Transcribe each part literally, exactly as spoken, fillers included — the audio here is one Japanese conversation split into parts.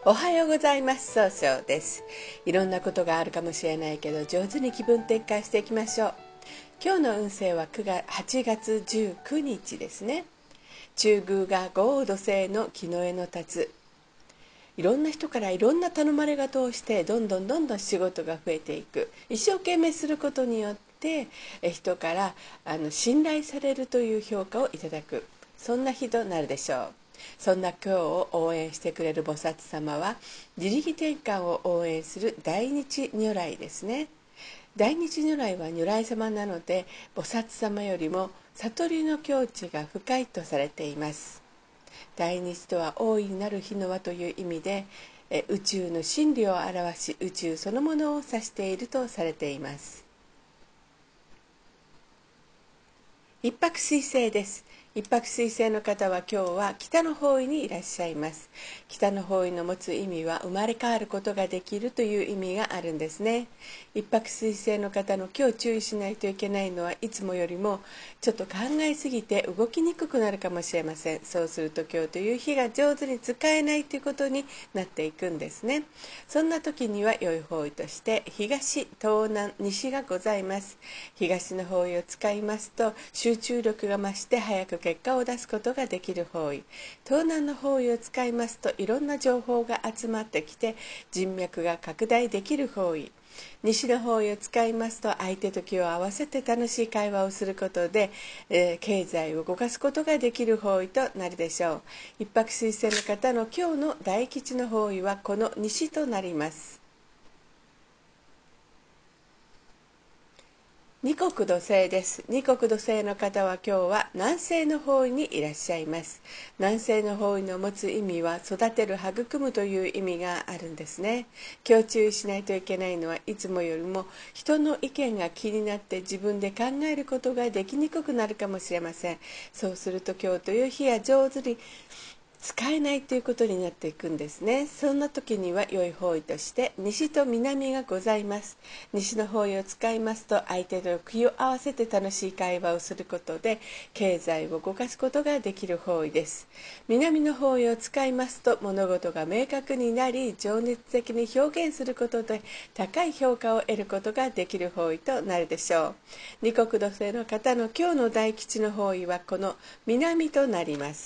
おはようございます。総称です。いろんなことがあるかもしれないけど、上手に気分転換していきましょう。今日の運勢はくがつはちがつじゅうくにちですね。中宮が豪雨土星の木の絵の立つ。いろんな人からいろんな頼まれ事をしてどんどんどんどん仕事が増えていく。一生懸命することによって人からあの信頼されるという評価をいただく、そんな日となるでしょう。そんな今日を応援してくれる菩薩様は自力転換を応援する大日如来ですね。大日如来は如来様なので、菩薩様よりも悟りの境地が深いとされています。大日とは大いなる日の輪という意味で、え宇宙の真理を表し、宇宙そのものを指しているとされています。一泊水星です。一泊水星の方は今日は北の方位にいらっしゃいます。北の方位の持つ意味は生まれ変わることができるという意味があるんですね。一泊水星の方の今日注意しないといけないのは、いつもよりもちょっと考えすぎて動きにくくなるかもしれません。そうすると今日という日が上手に使えないということになっていくんですね。そんな時には良い方位として東、東南、西がございます。東の方位を使いますと集中力が増して早く結果を出すことができる方位。東南の方位を使いますといろんな情報が集まってきて人脈が拡大できる方位。西の方位を使いますと相手と気を合わせて楽しい会話をすることで、えー、経済を動かすことができる方位となるでしょう。一泊水星の方の今日の大吉の方位はこの西となります。二国土星です。二国土星の方は今日は南西の方位にいらっしゃいます。南西の方位の持つ意味は育てる、育むという意味があるんですね。今日注意しないといけないのは、いつもよりも人の意見が気になって自分で考えることができにくくなるかもしれません。そうすると今日という日は上手に使えないということになっていくんですね。そんな時には良い方位として西と南がございます。西の方位を使いますと相手と気を合わせて楽しい会話をすることで経済を動かすことができる方位です。南の方位を使いますと物事が明確になり情熱的に表現することで高い評価を得ることができる方位となるでしょう。二国土星の方の今日の大吉の方位はこの南となります。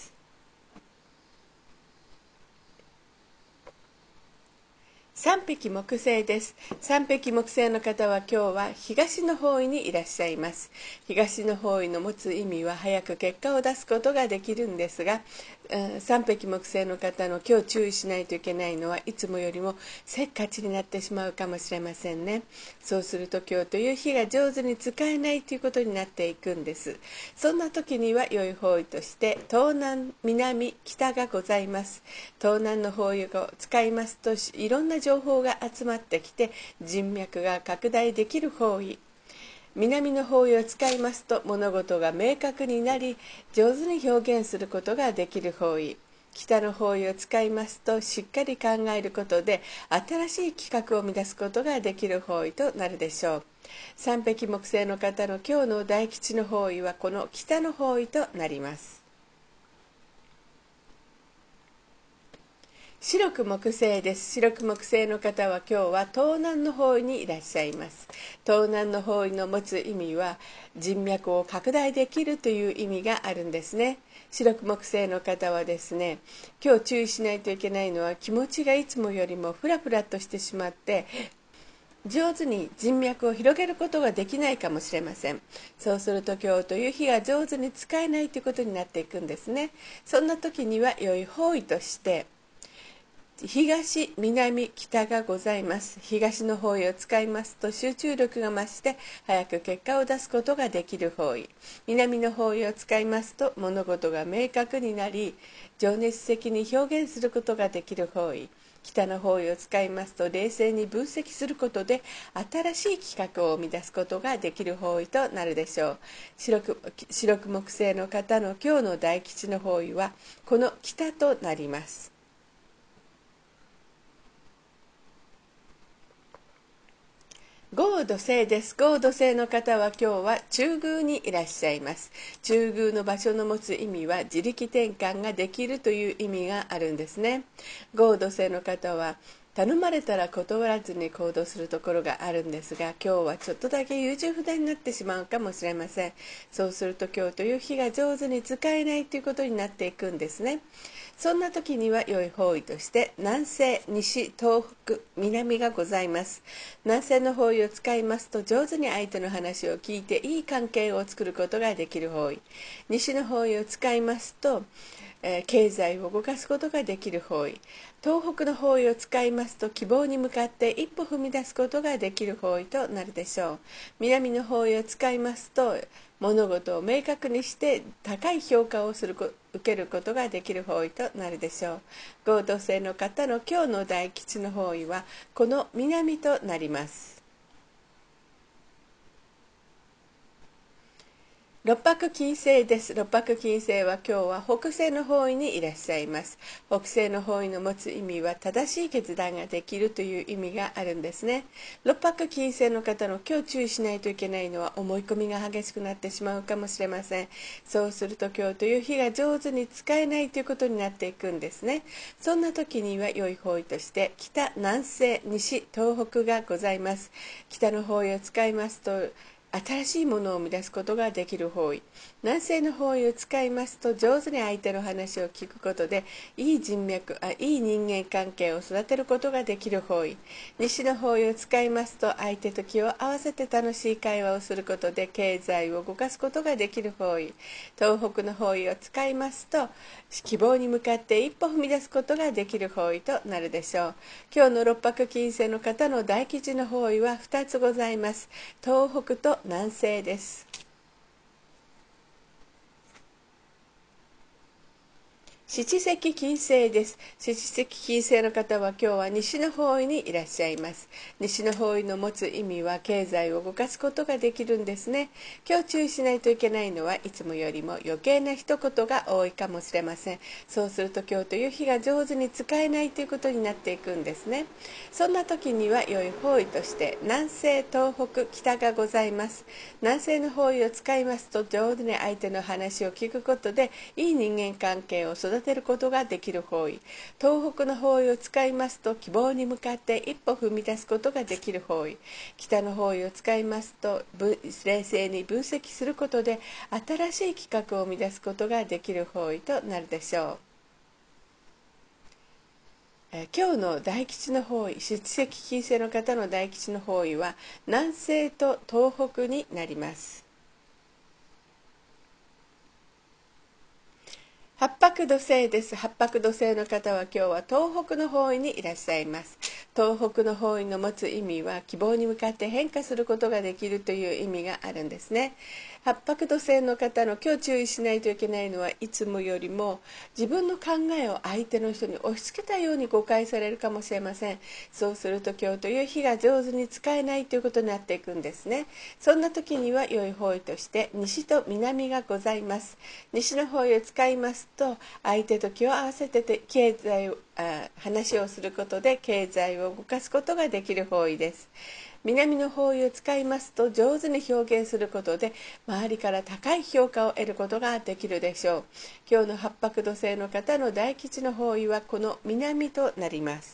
三匹木星です。三匹木星の方は今日は東の方位にいらっしゃいます。東の方位の持つ意味は早く結果を出すことができるんですが、三匹木星の方の今日注意しないといけないのは、いつもよりもせっかちになってしまうかもしれませんね。そうすると今日という日が上手に使えないということになっていくんです。そんな時には良い方位として東南、南、北がございます。東南の方位を使いますといろんな情報が集まってきて人脈が拡大できる方位。南の方位を使いますと物事が明確になり上手に表現することができる方位。北の方位を使いますとしっかり考えることで新しい企画を生み出すことができる方位となるでしょう。三匹木星の方の今日の大吉の方位はこの北の方位となります。白く木星です。白く木星の方は今日は東南の方位にいらっしゃいます。東南の方位の持つ意味は人脈を拡大できるという意味があるんですね。白く木星の方はですね、今日注意しないといけないのは気持ちがいつもよりもフラフラとしてしまって上手に人脈を広げることができないかもしれません。そうすると今日という日が上手に使えないということになっていくんですね。そんな時には良い方位として東、南、北がございます。東の方位を使いますと集中力が増して早く結果を出すことができる方位。南の方位を使いますと物事が明確になり情熱的に表現することができる方位。北の方位を使いますと冷静に分析することで新しい企画を生み出すことができる方位となるでしょう。白く、白く木星の方の今日の大吉の方位はこの北となります。 豪土星です。豪土星の方は今日は中宮にいらっしゃいます。中宮の場所の持つ意味は自力転換ができるという意味があるんですね。豪土星の方は頼まれたら断らずに行動するところがあるんですが、今日はちょっとだけ優柔不断になってしまうかもしれません。そうすると今日という日が上手に使えないということになっていくんですね。そんな時には良い方位として南西、西、東北、南がございます。南西の方位を使いますと上手に相手の話を聞いていい関係を作ることができる方位。西の方位を使いますとえー、経済を動かすことができる方位。東北の方位を使いますと希望に向かって一歩踏み出すことができる方位となるでしょう。南の方位を使いますと物事を明確にして高い評価をするこ受けることができる方位となるでしょう。合同性の方の今日の大吉の方位はこの南となります。六白金星です。六白金星は今日は北西の方位にいらっしゃいます。北西の方位の持つ意味は正しい決断ができるという意味があるんですね。六白金星の方の今日注意しないといけないのは思い込みが激しくなってしまうかもしれません。そうすると今日という日が上手に使えないということになっていくんですね。そんな時には良い方位として北、南西、西、東北がございます。北の方位を使いますと新しいものを生み出すことができる方位。南西の方位を使いますと上手に相手の話を聞くことでいい人脈あいい人間関係を育てることができる方位。西の方位を使いますと相手と気を合わせて楽しい会話をすることで経済を動かすことができる方位。東北の方位を使いますと希望に向かって一歩踏み出すことができる方位となるでしょう。今日の六白金星の方の大吉の方位はふたつございます。東北と南西です。七石金星です。七石金星の方は今日は西の方位にいらっしゃいます。西の方位の持つ意味は経済を動かすことができるんですね。今日注意しないといけないのはいつもよりも余計な一言が多いかもしれません。そうすると今日という日が上手に使えないということになっていくんですね。そんな時には良い方位として南西、東北、北がございます。南西の方位を使いますと上手に相手の話を聞くことでいい人間関係を育てることができる方位。東北の方位を使いますと希望に向かって一歩踏み出すことができる方位。北の方位を使いますと冷静に分析することで新しい企画を生み出すことができる方位となるでしょう。え今日の大吉の方位、七石金星の方の大吉の方位は南西と東北になります。八白土星です。八白土星の方は今日は東北の方位にいらっしゃいます。東北の方位の持つ意味は希望に向かって変化することができるという意味があるんですね。八白土星の方の今日注意しないといけないのはいつもよりも自分の考えを相手の人に押し付けたように誤解されるかもしれません。そうすると今日という日が上手に使えないということになっていくんですね。そんな時には良い方位として西と南がございます。西の方位を使いますと相手と気を合わせてて経済をあ話をすることで経済を動かすことができる方位です。南の方位を使いますと上手に表現することで周りから高い評価を得ることができるでしょう。今日の八白土星の方の大吉の方位はこの南となります。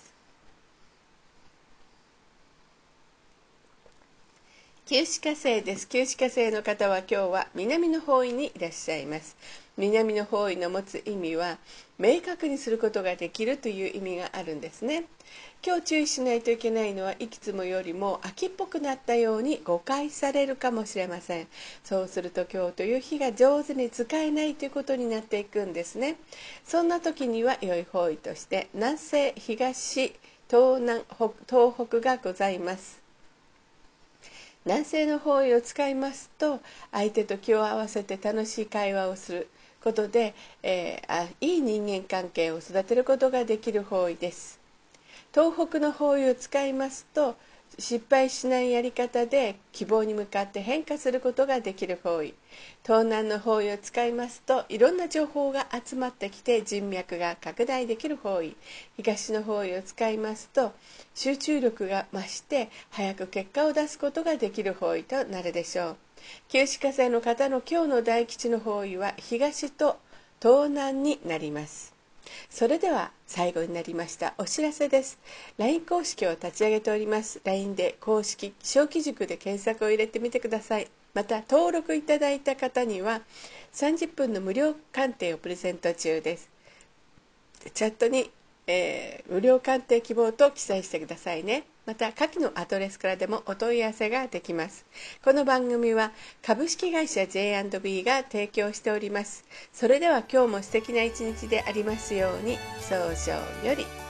九死火星です。九死火星の方は今日は南の方位にいらっしゃいます。南の方位の持つ意味は明確にすることができるという意味があるんですね。今日注意しないといけないのはいつもよりも秋っぽくなったように誤解されるかもしれません。そうすると今日という日が上手に使えないということになっていくんですね。そんな時には良い方位として南西、東、東南、東北がございます。南西の方位を使いますと相手と気を合わせて楽しい会話をすることで、えー、あいい人間関係を育てることができる方位です。東北の方位を使いますと失敗しないやり方で希望に向かって変化することができる方位。東南の方位を使いますと、いろんな情報が集まってきて人脈が拡大できる方位。東の方位を使いますと、集中力が増して早く結果を出すことができる方位となるでしょう。旧歯科生の方の今日の大吉の方位は東と東南になります。それでは最後になりましたお知らせです。 ライン 公式を立ち上げております。 ライン で公式小規塾で検索を入れてみてください。また登録いただいた方にはさんじゅっぷんの無料鑑定をプレゼント中です。チャットに、えー、無料鑑定希望と記載してくださいね。また下記のアドレスからでもお問い合わせができます。この番組は株式会社 ジェイアンドビー が提供しております。それでは今日も素敵な一日でありますように。早々より。